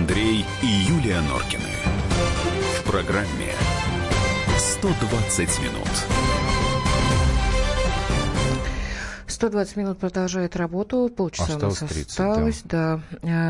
Андрей и Юлия Норкины. В программе 120 минут. 120 минут продолжает работу. Полчаса осталось у нас 30, осталось. Да.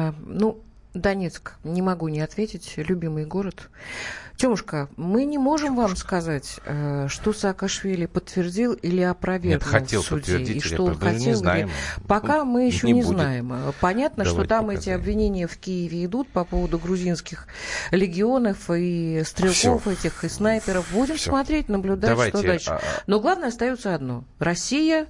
Донецк, не могу не ответить. Любимый город. Тёмушка, мы не можем вам сказать, что Саакашвили подтвердил или опровергнул в суде. И что он хотел. Знаем. Пока мы еще не знаем. Понятно, Давайте что там показать. эти обвинения в Киеве идут по поводу грузинских легионов и стрелков этих, и снайперов. Будем смотреть, наблюдать, Давайте, что дальше. Но главное остается одно. Россия.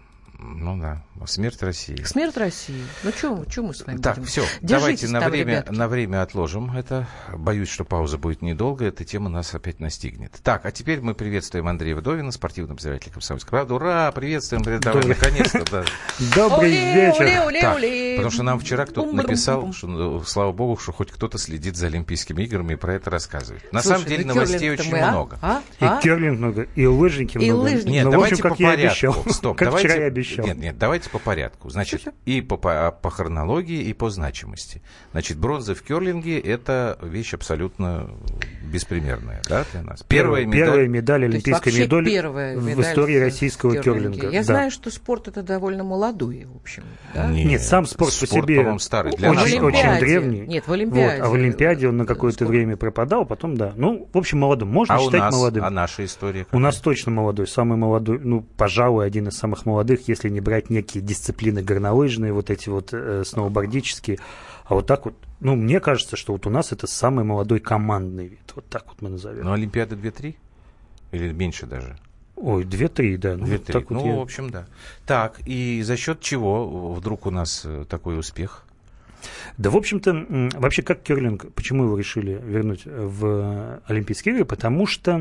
Ну да, смерть России. Смерть России. Ну, что мы с вами Так, будем? все, Держитесь давайте там, на время отложим это. Боюсь, что пауза будет недолго, эта тема нас опять настигнет. Так, а теперь мы приветствуем Андрея Вдовина, спортивного обозревателя «Комсомольской правды». Ура, приветствуем, давай, наконец-то. Да. Добрый вечер. Так, потому что нам вчера кто-то написал, что, слава богу, что хоть кто-то следит за Олимпийскими играми и про это рассказывает. На самом деле новостей очень много. И керлинг много, и лыжники много. Нет, ну, давайте в общем, по порядку. Стоп, как вчера я обещал. Нет, давайте по порядку. Значит, и по хронологии, и по значимости. Значит, бронза в керлинге – это вещь абсолютно беспримерная, да, для нас. Первая медаль, олимпийская медаль в истории российского керлинга. Я знаю, что спорт это довольно молодой, в общем. Да? Нет, сам спорт по себе по-моему, старый. Очень древний. Нет, в Олимпиаде. Вот, а в Олимпиаде он на какое-то время пропадал, потом да. Ну, в общем, молодым. Можно считать молодым. А наша история какая? У нас точно молодой. Самый молодой, пожалуй, один из самых молодых, если не брать некие дисциплины горнолыжные, вот эти вот сноубордические. А вот так вот, мне кажется, что вот у нас это самый молодой командный вид. Вот так вот мы назовем. Ну, Олимпиада 2-3? Или меньше даже? Ой, 2-3, да. 2-3. Так вот в общем, да. Так, и за счет чего вдруг у нас такой успех? Да, в общем-то, вообще как керлинг, почему его решили вернуть в Олимпийские игры? Потому что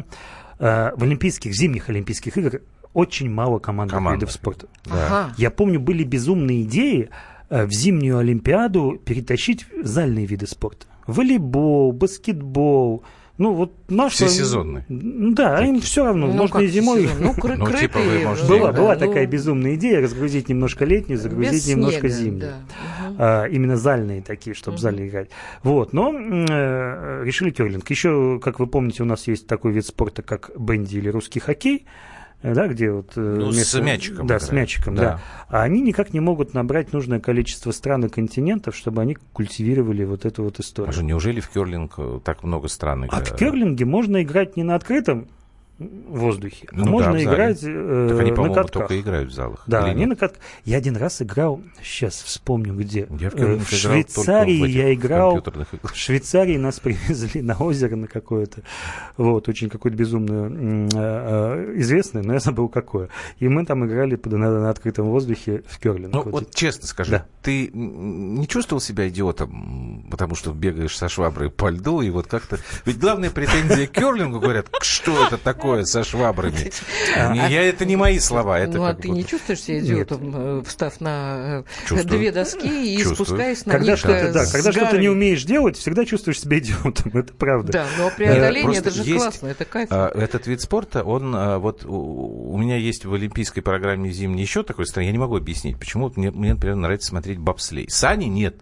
в зимних Олимпийских играх очень мало командных видов спорта. Да. Ага. Я помню, были безумные идеи в зимнюю Олимпиаду перетащить зальные виды спорта. Волейбол, баскетбол. Все сезонные. Да, им все равно, можно и зимой. Была такая безумная идея разгрузить немножко летнюю, загрузить немножко зимнюю. Да. Именно зальные такие, чтобы в зале играть. Вот, но решили керлинг. Еще, как вы помните, у нас есть такой вид спорта, как бенди или русский хоккей. Да, где вот с мячиком. Да, с мячиком, да. А они никак не могут набрать нужное количество стран и континентов, чтобы они культивировали вот эту вот историю. Неужели в керлинг так много стран играют? А в керлинге можно играть не на открытом воздухе, можно играть так они, на по-моему, катках. только играют в залах. Да, они на катках. Я один раз играл, сейчас вспомню где. В Швейцарии я играл. В Швейцарии нас привезли на озеро на какое-то. Вот, очень какое-то безумно известное, но я забыл какое. И мы там играли на открытом воздухе в керлинг. Вот честно скажи, ты не чувствовал себя идиотом, потому что бегаешь со шваброй по льду, и вот как-то... Ведь главная претензия к керлингу, говорят, что это такое со швабрами? Это не мои слова. А ты не чувствуешь себя идиотом, встав на две доски и спускаясь на них? Когда что-то не умеешь делать, всегда чувствуешь себя идиотом, это правда. Да, но преодоление, это же классно, это кайф. Этот вид спорта, он вот у меня есть в олимпийской программе зимней еще такой стране, я не могу объяснить, почему мне, например, нравится смотреть бобслей. Сани нет.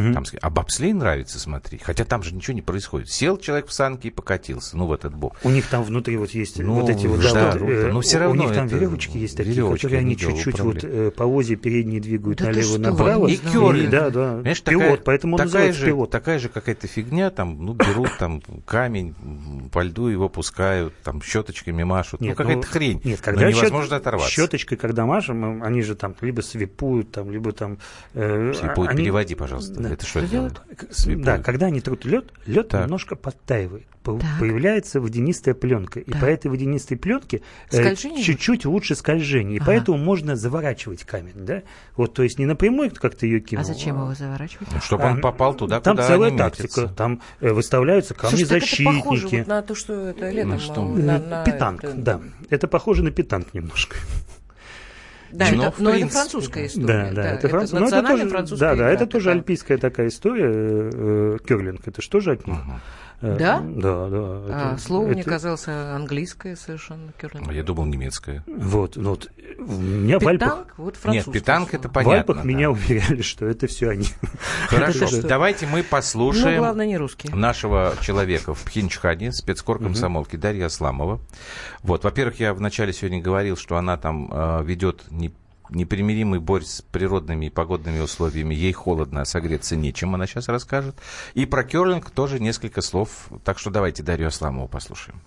А бобслей нравится смотреть, хотя там же ничего не происходит. Сел человек в санки и покатился, в этот бок. У них там внутри вот есть вот эти вот, но все равно у них там веревочки есть такие, которые они чуть-чуть вот по озе передние двигают налево-направо. И керлинг. Да. Понимаешь, пилот, поэтому он называется пилот. Такая же какая-то фигня, там, берут там камень, по льду его пускают, там, щеточками машут. Какая-то хрень. Нет, когда невозможно оторваться. Щеточкой, когда машем, они же там либо свипуют, там, либо там... Свипуют, переводи, пожалуйста. Это что делают? Да, когда они трут лед немножко подтаивает. Появляется водянистая пленка. И по этой водянистой пленке чуть-чуть лучше скольжение. И поэтому можно заворачивать камень. Да? Вот, то есть не напрямую как-то ее кинул. А зачем его заворачивать? Чтобы он попал туда, там куда целая они тактика. метятся. Там выставляются камни-защитники. Это похоже вот на то, что это летом. Питанг, да. Это похоже на питанг немножко. Да, но это французская история. Да, это национальная французская игра. Да, это тоже альпийская такая история, керлинг, это же тоже от них. Да? Да. Слово мне казалось английское совершенно, керлинг. Я думал немецкое. Вот. У меня в Альпах... Нет, питанг это понятно. В Альпах меня уверяли, что это все они. Хорошо, давайте мы послушаем главное, не русские. Нашего человека в Пхенчхане, спецкор комсомолки Дарья Асламова. Вот, во-первых, я вначале сегодня говорил, что она там ведет непримиримый бой с природными и погодными условиями. Ей холодно, а согреться нечем, она сейчас расскажет. И про керлинг тоже несколько слов. Так что давайте Дарью Асламову послушаем.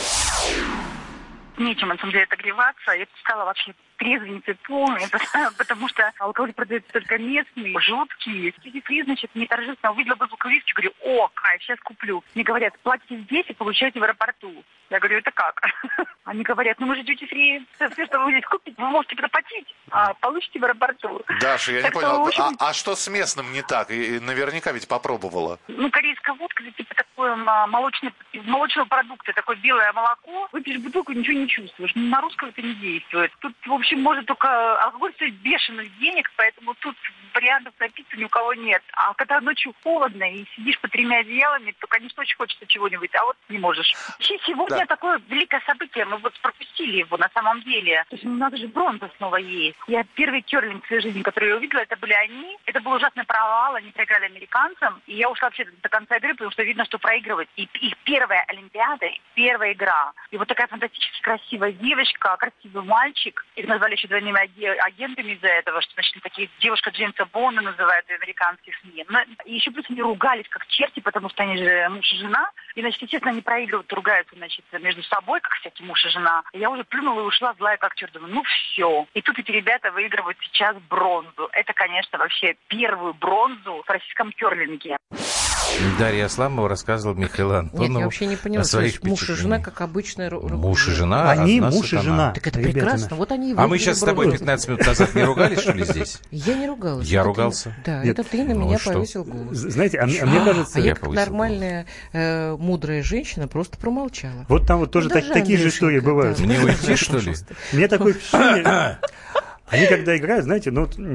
Нечем, на самом деле, отогреваться. Я стала вообще трезвенницей полной, потому что алкоголь продается только местный, жуткий. Дьюти-фри, значит, мне торжественно увидела бутылку виски, говорю, о, кайф, сейчас куплю. Мне говорят, платите здесь и получаете в аэропорту. Я говорю, это как? Они говорят, мы же дьюти-фри, все, что вы здесь купите, вы можете проплатить, а получите в аэропорту. Даша, я не понял, а что с местным не так? И наверняка ведь попробовала. Корейская водка, типа такое молочного продукта, такое белое молоко. Выпьешь бутылку, ничего не чувствуешь. На русском это не действует. Тут, в общем, может только алкоголь стоит бешеных денег, поэтому тут вариантов напиться ни у кого нет. А когда ночью холодно и сидишь под 3 одеялами, то, конечно, очень хочется чего-нибудь, а вот не можешь. Сегодня такое великое событие, мы вот пропустили его на самом деле. То есть у нас же бронза снова есть. Я первый керлинг в своей жизни, который я увидела, это были они. Это был ужасный провал, они проиграли американцам. И я ушла вообще до конца игры, потому что видно, что проигрывать. И их первая Олимпиада, первая игра. И вот такая фантастически красивая девочка, красивый мальчик. Их назвали еще двойными агентами из-за этого, что, значит, такие девушка Джеймса Бонда называют в американских СМИ. И еще плюс они ругались как черти, потому что они же муж и жена. И, значит, естественно, они проигрывают, ругаются, значит, между собой, как всякий муж и жена. Я уже плюнула и ушла злая как черт. Думаю, все. И тут эти ребята выигрывают сейчас бронзу. Это, конечно, вообще первую бронзу в российском керлинге. Дарья Асламова рассказывала Михаилу Антонову. Нет, я вообще не поняла, что муж и жена, как обычная... Муж и жена? Они муж и жена. Так это прекрасно, вот они и А мы сейчас с тобой 15 минут назад не ругались, что ли, здесь? Я не ругалась. Я ругался? Да, это ты на меня повесил голос. Знаете, а мне кажется... А я как нормальная, мудрая женщина просто промолчала. Вот там вот тоже такие же истории бывают. Мне уйти, что ли? У меня такое впечатление... Они когда играют, знаете,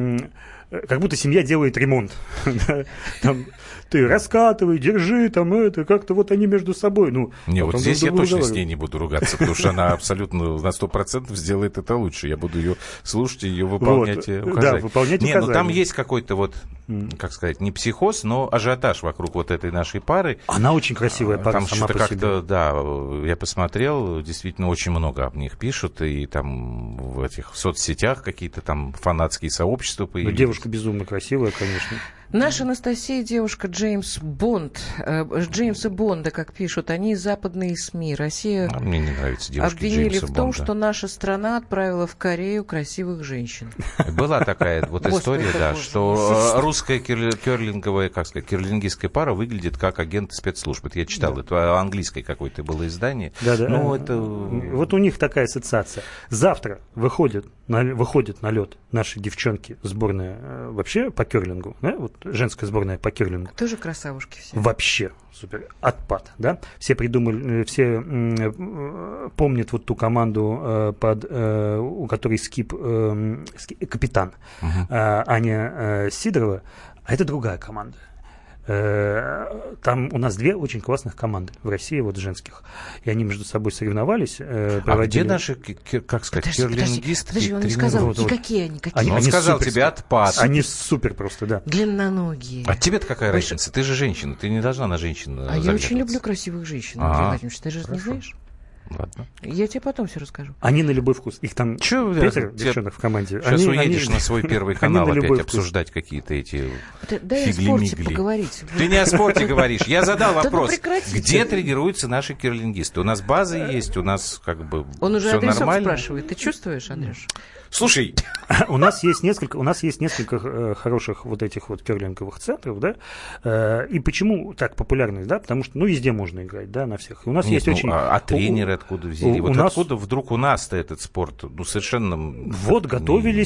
как будто семья делает ремонт. Там, ты раскатывай, держи, там это, как-то вот они между собой. Не, вот здесь я точно с ней не буду ругаться, потому что она абсолютно на 100% сделает это лучше. Я буду ее слушать и ее выполнять указания. Да, выполнять указания. Там есть какой-то вот, как сказать, не психоз, но ажиотаж вокруг вот этой нашей пары. Она очень красивая пара там сама по себе. Как-то, да, я посмотрел, действительно очень много об них пишут, и там в этих соцсетях какие-то там фанатские сообщества появились. Девушка безумно красивая, конечно. Наша Анастасия, девушка Джеймса Бонда, как пишут, они западные СМИ. Россия мне не нравится девушки обвинили Джеймса в том, Бонда. что наша страна отправила в Корею красивых женщин. Была такая вот история, да, что русская керлинговая, как сказать, керлингистская пара выглядит как агент спецслужб. Это я читал, это английское какое-то было издание. Да. Это... Вот у них такая ассоциация. Завтра выходят на лед наши девчонки, сборная вообще по керлингу, да? Вот женская сборная по керлингу. Тоже красавушки все. Вообще супер. Отпад, да? Все придумали, все помнят вот ту команду, у которой капитан Аня Сидорова, а это другая команда. Там у нас 2 очень классных команды в России, вот женских. И они между собой соревновались. А где наши, как сказать, керлингисты? Подожди, он не сказал, какие они? Он сказал тебе отпад. Они супер просто, да. Длинноногие. А тебе-то какая разница? Ты же женщина, ты не должна на женщин я очень люблю красивых женщин, Андрей Владимирович, ты же не знаешь? Ладно. Я тебе потом все расскажу. Они на любой вкус. Их там 5 девчонок в команде. Сейчас уедешь на свой первый канал опять обсуждать какие-то эти фигли-мигли. Ты не о спорте говоришь. Я задал вопрос. Где тренируются наши керлингисты? У нас базы есть, у нас как бы Он уже адресок нормально. спрашивает. Ты чувствуешь, Андрюш? Слушай, у нас есть несколько хороших вот этих вот керлинговых центров, да, и почему так популярность, да, потому что, везде можно играть, да, на всех. У нас есть очень... А тренеры откуда взяли? Откуда вдруг у нас-то этот спорт, совершенно... Вот готовились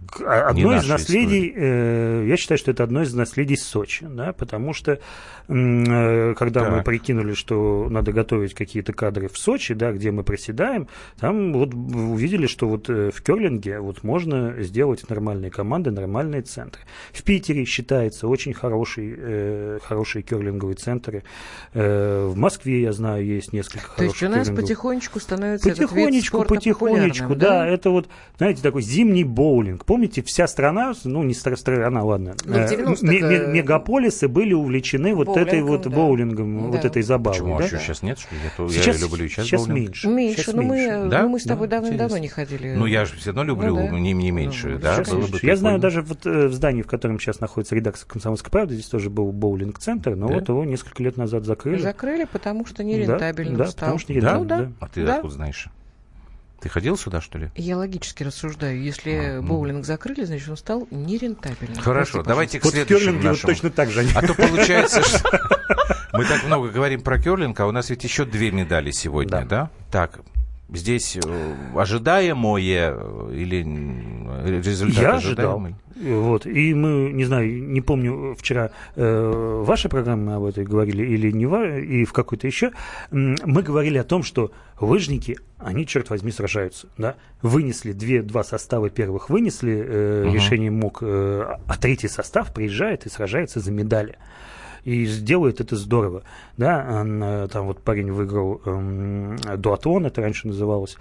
одно из наследий, я считаю, что это одно из наследий Сочи, да, потому что когда мы прикинули, что надо готовить какие-то кадры в Сочи, да, где мы приседаем, там вот увидели, что вот в керлинге вот можно сделать нормальные команды, нормальные центры. В Питере считается очень хорошие керлинговые центры. В Москве, я знаю, есть несколько хороших. То есть у нас потихонечку становится этот вид спорта потихонечку, да, это вот, знаете, такой зимний боулинг. Помните, вся страна, ну не страна, ладно, мегаполисы были увлечены вот этой вот боулингом, вот этой забавой. Почему? Да? А что, сейчас нет, что ли? Я люблю сейчас боулинг. Меньше, но мы с тобой давно не ходили. Ну, я же все равно люблю, не меньше, да? Я знаю, даже вот в здании, в котором сейчас находится редакция «Комсомольской правды», здесь тоже был боулинг-центр, но вот его несколько лет назад закрыли. Закрыли, потому что нерентабельно стал. Потому что нерентабельно. А ты откуда знаешь? Ты ходил сюда, что ли? Я логически рассуждаю. Если боулинг закрыли, значит, он стал нерентабельным. Хорошо, давайте к следующему нашему. Вот точно так же. А то получается, что мы так много говорим про керлинг, а у нас ведь еще 2 медали сегодня, да? Так, здесь ожидаемое или результат ожидаемый? Вот, и мы, не знаю, не помню, вчера ваша программа об этом говорили или не и в какой-то еще, мы говорили о том, что лыжники, они, черт возьми, сражаются, да, вынесли, два состава первых вынесли решением МОК, а третий состав приезжает и сражается за медали. И делает это здорово, да, там вот парень выиграл дуатлон, это раньше называлось,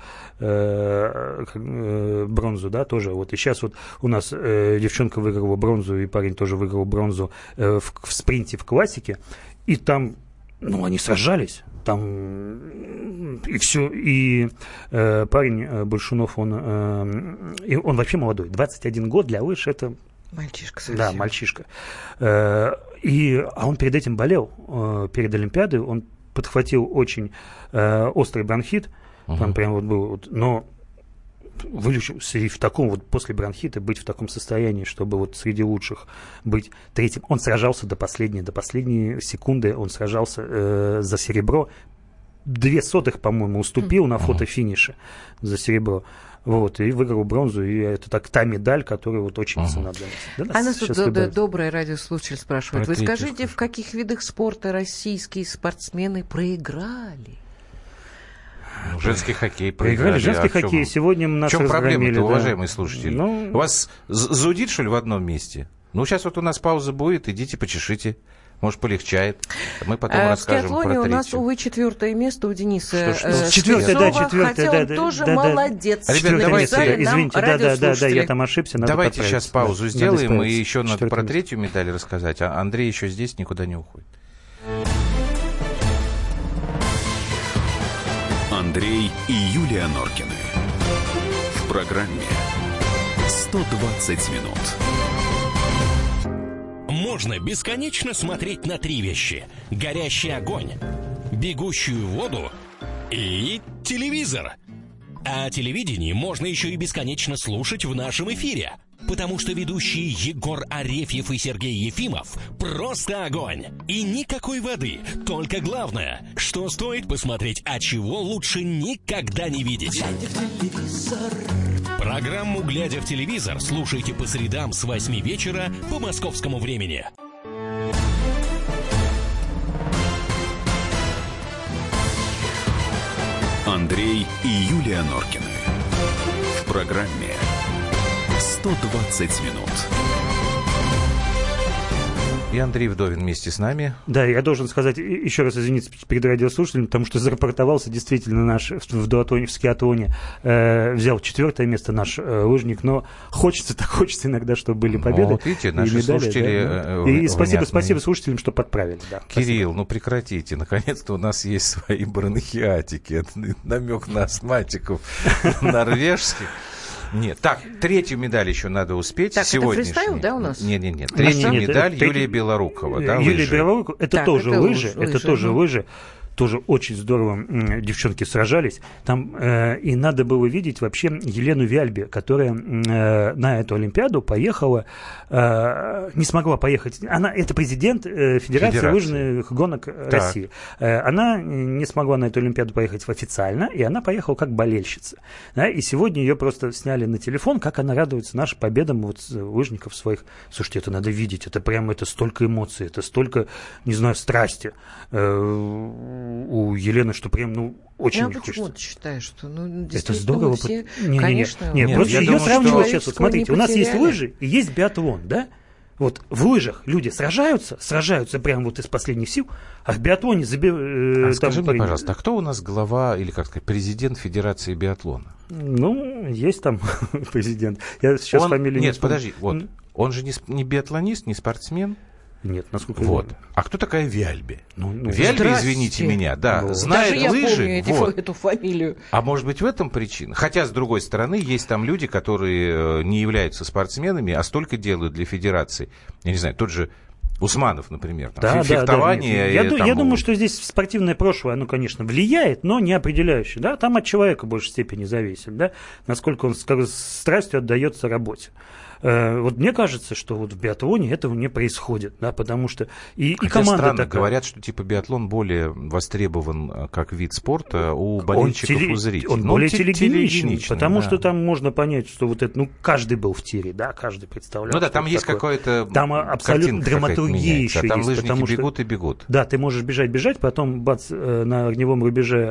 бронзу, да, тоже, вот, и сейчас вот у нас девчонка выиграла бронзу, и парень тоже выиграл бронзу в спринте в классике, и там, ну, они сражались, там, и все, и парень Большунов, он вообще молодой, 21 год для лыж, это... Мальчишка совсем. Да, мальчишка. А он перед этим болел, перед Олимпиадой, он подхватил очень острый бронхит, там прям вот был, но вылечился и в таком вот, после бронхита быть в таком состоянии, чтобы вот среди лучших быть третьим. Он сражался до последней секунды, он сражался за серебро, 0,02, по-моему, уступил на фотофинише за серебро. Вот, и выиграл бронзу, и это та медаль, которая вот очень ценна для нас. А нас тут добрый радиослушатель спрашивает. Вы скажите, в каких видах спорта российские спортсмены проиграли? Женский хоккей проиграли. Женский хоккей. Сегодня нас разгромили. В чем проблема-то, уважаемый слушатель? У вас зудит, что ли, в одном месте? Ну, сейчас вот у нас пауза будет, идите почешите. Может, полегчает. Мы потом расскажем про третью. В скиатлоне у нас, увы, 4-е место у Дениса. Четвертое, хотя он тоже молодец. Ребята, давайте, извините, да, я там ошибся. Давайте сейчас паузу сделаем, и еще надо про третью медаль рассказать. А Андрей еще здесь никуда не уходит. Андрей и Юлия Норкины. В программе 120 минут. Можно бесконечно смотреть на 3 вещи. Горящий огонь, бегущую воду и телевизор. А телевидение можно еще и бесконечно слушать в нашем эфире. Потому что ведущие Егор Арефьев и Сергей Ефимов просто огонь. И никакой воды. Только главное, что стоит посмотреть, а чего лучше никогда не видеть. Программу «Глядя в телевизор» слушайте по средам с 8 вечера по московскому времени. Андрей и Юлия Норкины. В программе 120 минут. И Андрей Вдовин вместе с нами. Да, я должен сказать, еще раз извиниться перед радиослушателями, потому что зарапортовался действительно наш в дуатлоне, в скиатлоне, взял 4-е место наш лыжник, но хочется иногда, чтобы были победы. Вот видите, наши медали, слушатели... Да. И спасибо слушателям, что подправили. Да, Кирилл, ну прекратите, наконец-то у нас есть свои бронхиатики. Это намек на астматиков норвежских. Нет, так, 3-ю медаль еще надо успеть. Так, сегодняшний. Это фристайл, да, у нас? Нет. 3-я медаль Юлия Белорукова. Да, Юлия Белорукова, это тоже лыжи. тоже очень здорово девчонки сражались. Там и надо было видеть вообще Елену Вяльбе, которая на эту Олимпиаду поехала, не смогла поехать. Это президент Федерации лыжных гонок России. Она не смогла на эту Олимпиаду поехать официально, и она поехала как болельщица. Да? И сегодня ее просто сняли на телефон, как она радуется нашим победам вот, лыжников своих. Слушайте, это надо видеть, это прямо это столько эмоций, это столько, не знаю, страсти у Елены, что прям, очень не хочется. Почему ты считаешь, что, это здорово? Все, конечно. Нет, просто ее сравнивают сейчас. Вот смотрите, у нас есть лыжи и есть биатлон, да? Вот в лыжах люди сражаются прямо вот из последних сил, а в биатлоне... Скажи мне, пожалуйста, а кто у нас глава, или, как сказать, президент Федерации биатлона? Есть там президент. Я сейчас фамилию не вспомню. Нет, подожди, он же не биатлонист, не спортсмен? Нет, насколько я знаю. А кто такая Вяльбе? Вяльбе, извините меня, знает даже лыжи. Я помню эту фамилию. А может быть в этом причина? Хотя, с другой стороны, есть там люди, которые не являются спортсменами, а столько делают для федерации. Я не знаю, тот же Усманов, например. Фехтование. Я думаю, что здесь спортивное прошлое, оно, конечно, влияет, но не определяющее. Да? Там от человека в большей степени зависит, да? Насколько он страстью отдается работе. Вот мне кажется, что вот в биатлоне этого не происходит, да, потому что и команда странно, такая. Говорят, что типа биатлон более востребован как вид спорта у болельщиков, у зрителей. Он более телегеничный, потому что там можно понять, что вот это, каждый был в тире, да, каждый представлял. Там есть какое-то там абсолютно драматургия еще там есть. Лыжники бегут и бегут. Да, ты можешь бежать, потом бац, на огневом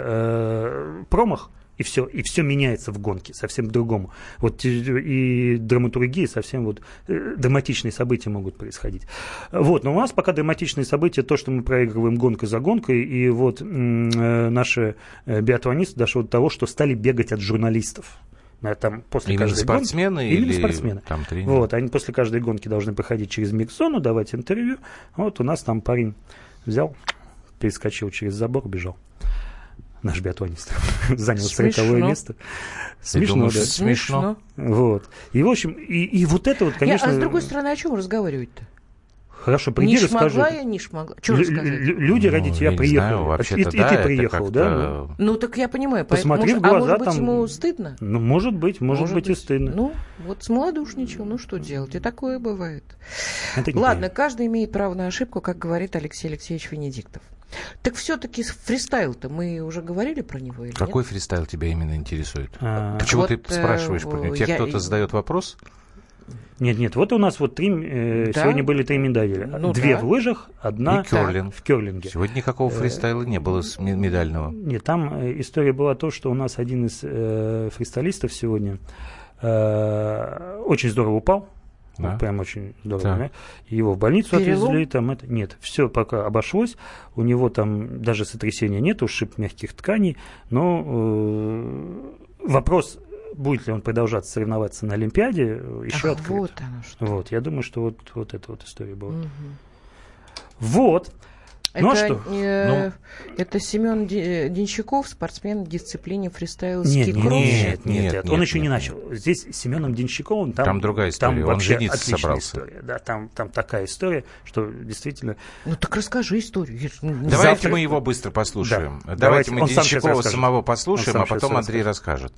рубеже промах, и все меняется в гонке, совсем по-другому. Вот и драматургии совсем драматичные события могут происходить. Вот, но у нас пока драматичные события, то, что мы проигрываем гонкой за гонкой, и вот наши биатлонисты дошли до того, что стали бегать от журналистов. Там после именно каждой спортсмены гонки, или спортсмены. Там тренеры? Вот, они после каждой гонки должны проходить через микс-зону, давать интервью. Вот у нас там парень взял, перескочил через забор, бежал. Наш биатлонист занял 40-е место. Смешно, да? Смешно. Вот. И, в общем, и вот это вот, конечно... А с другой стороны, о чем разговаривать-то? Хорошо, приди, расскажи. Я не шмогла. Что рассказать? Люди ради тебя приехали. И ты приехал, да? Так я понимаю. Посмотри в глаза. А может быть, ему стыдно? Может быть и стыдно. Вот смолодушничал, что делать? И такое бывает. Ладно, каждый имеет право на ошибку, как говорит Алексей Алексеевич Венедиктов. Так все-таки фристайл-то, мы уже говорили про него или Какой нет? фристайл тебя именно интересует? Почему ты спрашиваешь про него? Кто-то задает вопрос? Нет, вот у нас сегодня были 3 медали. 2 в лыжах, 1 в керлинге. Сегодня никакого фристайла не было медального. Нет, там история была то, что у нас один из фристайлистов сегодня очень здорово упал. Да. Прям очень здорово. Да. Его в больницу отвезли. Нет, все пока обошлось. У него там даже сотрясения нет, ушиб мягких тканей. Но вопрос, будет ли он продолжать соревноваться на Олимпиаде, еще открыт. Вот оно что. Вот, я думаю, что вот эта вот история была. Угу. Вот. Это Семен Денщиков, спортсмен в дисциплине фристайл ски-кросс? Нет, он еще не начал. Здесь с Семеном Денщиковым там другая история, он жениться собрался. История, да, там такая история, что действительно... так расскажи историю. Давайте мы его быстро послушаем. Да. Давайте мы Денщикова самого послушаем, а потом Андрей расскажет.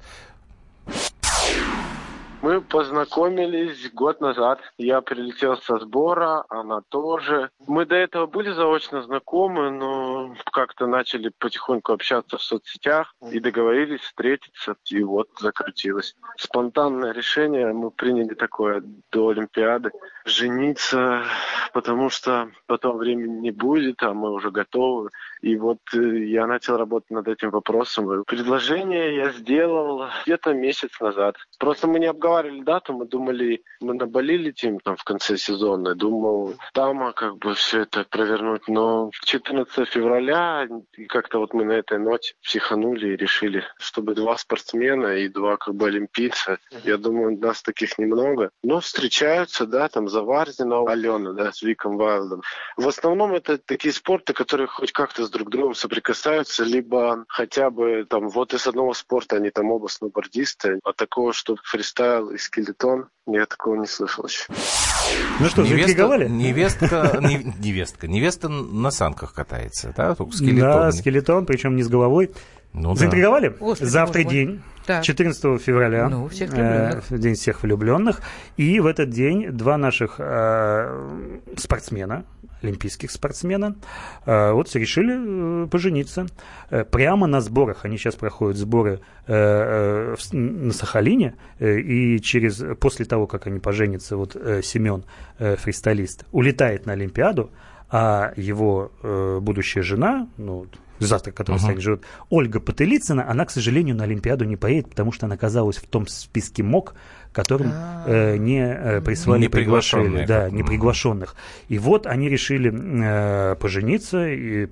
Мы познакомились год назад. Я прилетел со сбора, она тоже. Мы до этого были заочно знакомы, но как-то начали потихоньку общаться в соцсетях и договорились встретиться, и вот закрутилось. Спонтанное решение мы приняли такое до Олимпиады. Жениться, потому что потом времени не будет, а мы уже готовы. И вот я начал работать над этим вопросом. Предложение я сделал где-то месяц назад. Просто мы не обговаривали дату, мы думали, мы на Бали летим там в конце сезона. Думал, там как бы все это провернуть. Но 14 февраля, и как-то вот мы на этой ноте психанули и решили, чтобы 2 спортсмена и 2 как бы олимпийца. Я думаю, нас таких немного. Но встречаются, да, там Заварзина, Алена, да, с Виком Вайлдом. В основном это такие спорты, которые хоть как-то с друг другом соприкасаются, либо хотя бы там вот из одного спорта они там оба сноубордисты, а такого, что фристайл и скелетон, я такого не слышал еще. Ну что, заинтриговали? Невеста на санках катается, да? Скелетон. Да, скелетон, причем не с головой. Ну, заинтриговали? Да. Господи, завтра день, так. 14 февраля, день всех влюбленных. И в этот день два наших спортсмена, олимпийских спортсмена, вот решили пожениться. Прямо на сборах. Они сейчас проходят сборы на Сахалине. И после того, как они поженятся, вот Семен, фристайлист, улетает на Олимпиаду, а его будущая жена, завтра, которая станет живет, Ольга Потылицына, она, к сожалению, на Олимпиаду не поедет, потому что она оказалась в том списке МОК, которым не прислали приглашение. Да, неприглашенных. И вот они решили пожениться. И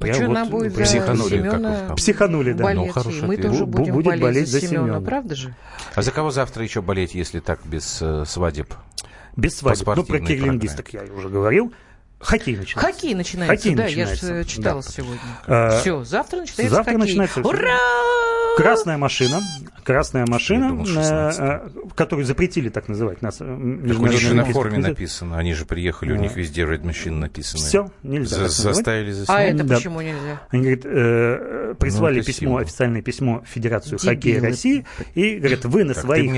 психанули, да. Болеть, мы тоже будем болеть за Семена, правда же? А за кого завтра еще болеть, если так, без свадеб? Без свадеб. Про кирлингисток я уже говорил. Хоккей начинается. Да, я же читала сегодня. Все, завтра начинается хоккей. Ура! Красная машина, которую запретили так называть нас. У них же на форме написано. Они же приехали, у них везде Red Machine написано. Все, нельзя. Заставили за себя. А это почему нельзя? Они говорят, прислали официальное письмо в Федерацию хоккея России, и говорят, вы на своих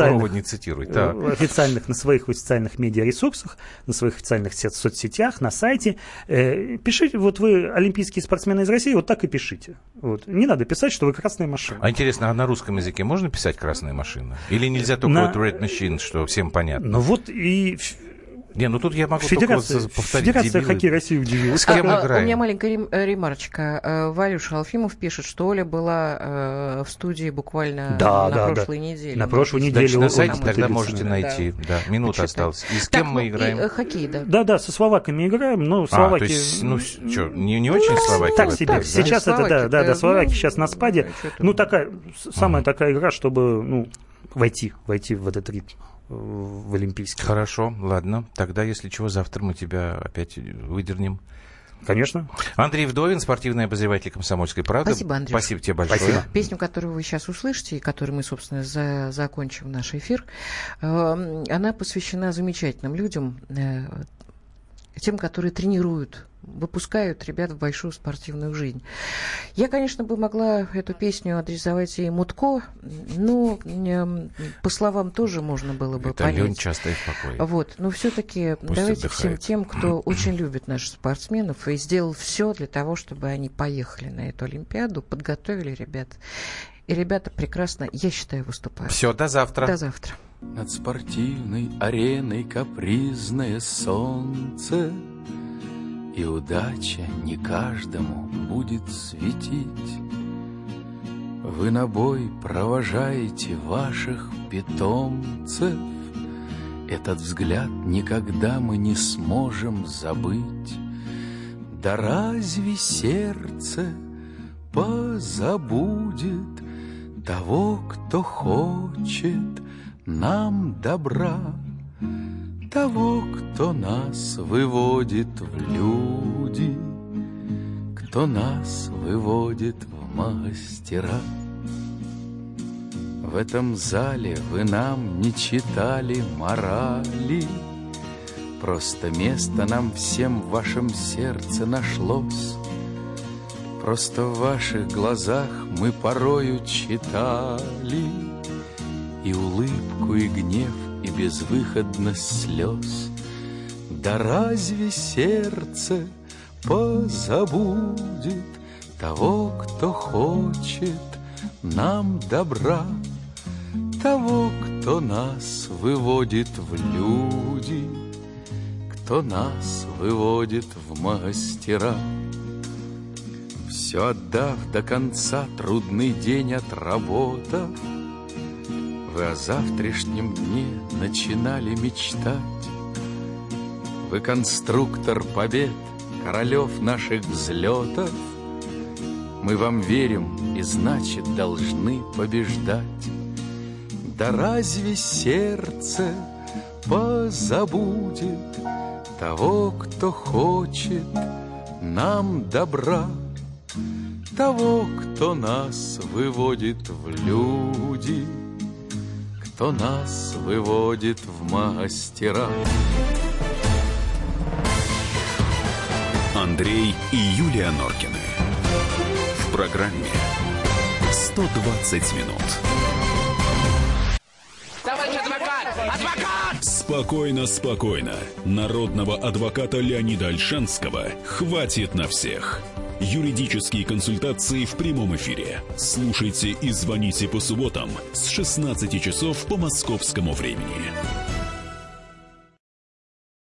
официальных, на своих официальных медиаресурсах, на своих официальных соцсетях, на сайте, пишите, вот вы олимпийские спортсмены из России, вот так и пишите. Вот. Не надо писать, что вы красная машина. А интересно, а на русском языке можно писать «красная машина»? Или нельзя только Red Machine, что всем понятно? Ну вот и... тут я могу только повторить. Федерация хоккея России удивилась. С кем играем? У меня маленькая ремарочка. Валюша Алфимов пишет, что Оля была в студии буквально на прошлой неделе. На прошлой неделе. Значит, на сайте тогда можете найти. Да, минута осталась. И с кем мы играем? Хоккей, да. Да, со словаками играем, но словаки... то есть, не очень словаки? Так себе. Сейчас это, словаки сейчас на спаде. Самая такая игра, чтобы, войти в этот ритм. В Олимпийский. Хорошо, ладно. Тогда, если чего, завтра мы тебя опять выдернем. Конечно. Андрей Вдовин, спортивный обозреватель «Комсомольской правды». Спасибо, Андрей. Спасибо тебе большое. Спасибо. Песню, которую вы сейчас услышите, и которую мы, собственно, закончим наш эфир, она посвящена замечательным людям, тем, которые тренируют, выпускают ребят в большую спортивную жизнь. Я, конечно, бы могла эту песню адресовать и Мутко, но по словам тоже можно было бы понять. Лёнь часто и в покое. Вот, но все-таки давайте всем тем, кто очень любит наших спортсменов и сделал все для того, чтобы они поехали на эту Олимпиаду, подготовили ребят. И ребята прекрасно, я считаю, выступают. Все, до завтра. До завтра. Над спортивной ареной капризное солнце, и удача не каждому будет светить. Вы на бой провожаете ваших питомцев, этот взгляд никогда мы не сможем забыть. Да разве сердце позабудет того, кто хочет нам добра, того, кто нас выводит в люди, кто нас выводит в мастера. В этом зале вы нам не читали морали, просто место нам всем в вашем сердце нашлось. Просто в ваших глазах мы порою читали и улыбку, и гнев, и безвыходность слез. Да разве сердце позабудет того, кто хочет нам добра, того, кто нас выводит в люди, кто нас выводит в мастера? Все отдав до конца, трудный день отработав, вы о завтрашнем дне начинали мечтать. Вы конструктор побед, королев наших взлетов. Мы вам верим и, значит, должны побеждать. Да разве сердце позабудет того, кто хочет нам добра, того, кто нас выводит в люди, кто нас выводит в мастера? Андрей и Юлия Норкины. В программе 120 минут. Товарищ адвокат! Адвокат! Спокойно, спокойно. Народного адвоката Леонида Ольшанского хватит на всех. Юридические консультации в прямом эфире. Слушайте и звоните по субботам с 16 часов по московскому времени.